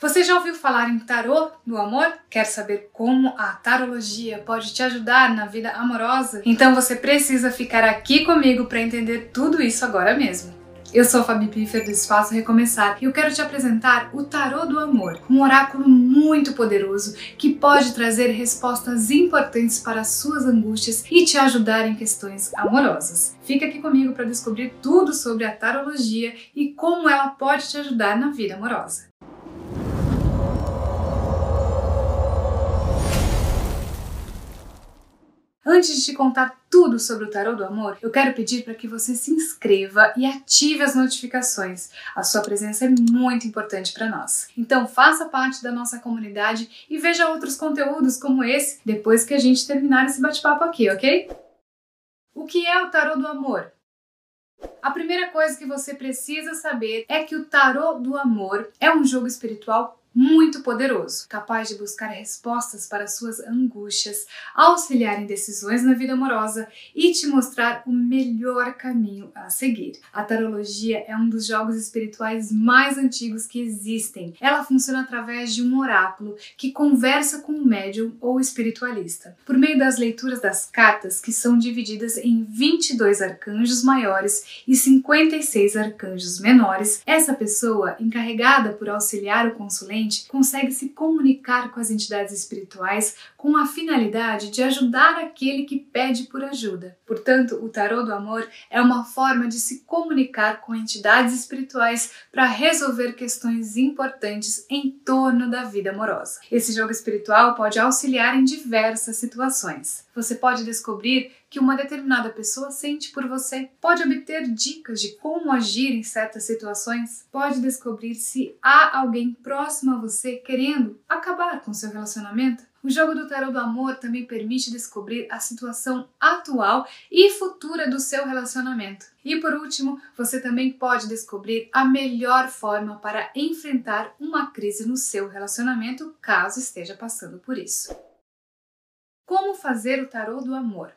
Você já ouviu falar em tarô do amor? Quer saber como a tarologia pode te ajudar na vida amorosa? Então você precisa ficar aqui comigo para entender tudo isso agora mesmo. Eu sou a Fabi Piffer do Espaço Recomeçar e eu quero te apresentar o Tarô do Amor, um oráculo muito poderoso que pode trazer respostas importantes para as suas angústias e te ajudar em questões amorosas. Fica aqui comigo para descobrir tudo sobre a tarologia e como ela pode te ajudar na vida amorosa. Antes de te contar tudo sobre o Tarô do Amor, eu quero pedir para que você se inscreva e ative as notificações. A sua presença é muito importante para nós. Então faça parte da nossa comunidade e veja outros conteúdos como esse depois que a gente terminar esse bate-papo aqui, ok? O que é o Tarô do Amor? A primeira coisa que você precisa saber é que o Tarô do Amor é um jogo espiritual muito poderoso, capaz de buscar respostas para suas angústias, auxiliar em decisões na vida amorosa e te mostrar o melhor caminho a seguir. A tarologia é um dos jogos espirituais mais antigos que existem. Ela funciona através de um oráculo que conversa com um médium ou espiritualista. Por meio das leituras das cartas, que são divididas em 22 arcanjos maiores e 56 arcanjos menores, essa pessoa, encarregada por auxiliar o consulente, consegue se comunicar com as entidades espirituais com a finalidade de ajudar aquele que pede por ajuda. Portanto, o Tarô do Amor é uma forma de se comunicar com entidades espirituais para resolver questões importantes em torno da vida amorosa. Esse jogo espiritual pode auxiliar em diversas situações. Você pode descobrir que uma determinada pessoa sente por você, pode obter dicas de como agir em certas situações, pode descobrir se há alguém próximo a você querendo acabar com seu relacionamento. O jogo do Tarô do Amor também permite descobrir a situação atual e futura do seu relacionamento. E por último, você também pode descobrir a melhor forma para enfrentar uma crise no seu relacionamento, caso esteja passando por isso. Como fazer o Tarô do Amor?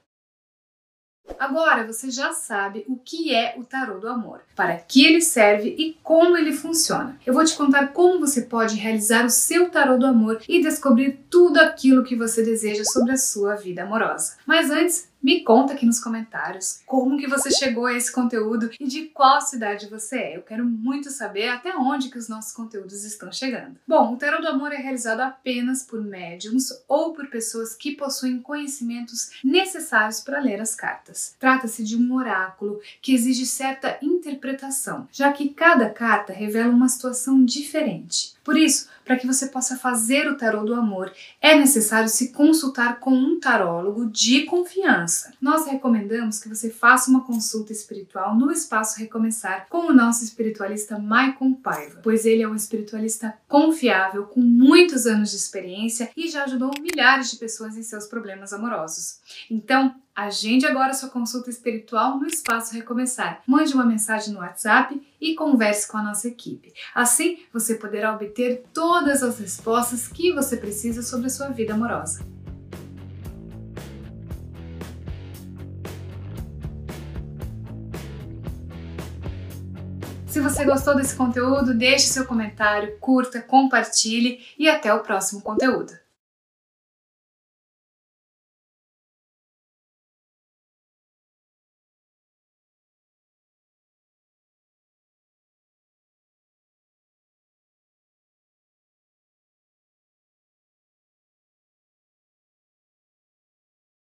Agora você já sabe o que é o Tarô do Amor, para que ele serve e como ele funciona. Eu vou te contar como você pode realizar o seu Tarô do Amor e descobrir tudo aquilo que você deseja sobre a sua vida amorosa. Mas antes, me conta aqui nos comentários como que você chegou a esse conteúdo e de qual cidade você é. Eu quero muito saber até onde que os nossos conteúdos estão chegando. Bom, o Tarô do Amor é realizado apenas por médiums ou por pessoas que possuem conhecimentos necessários para ler as cartas. Trata-se de um oráculo que exige certa interpretação, já que cada carta revela uma situação diferente. Por isso, para que você possa fazer o Tarô do Amor, é necessário se consultar com um tarólogo de confiança. Nós recomendamos que você faça uma consulta espiritual no Espaço Recomeçar com o nosso espiritualista Maicon Paiva, pois ele é um espiritualista confiável, com muitos anos de experiência e já ajudou milhares de pessoas em seus problemas amorosos. Então, agende agora sua consulta espiritual no Espaço Recomeçar. Mande uma mensagem no WhatsApp e converse com a nossa equipe. Assim, você poderá obter todas as respostas que você precisa sobre a sua vida amorosa. Se você gostou desse conteúdo, deixe seu comentário, curta, compartilhe e até o próximo conteúdo.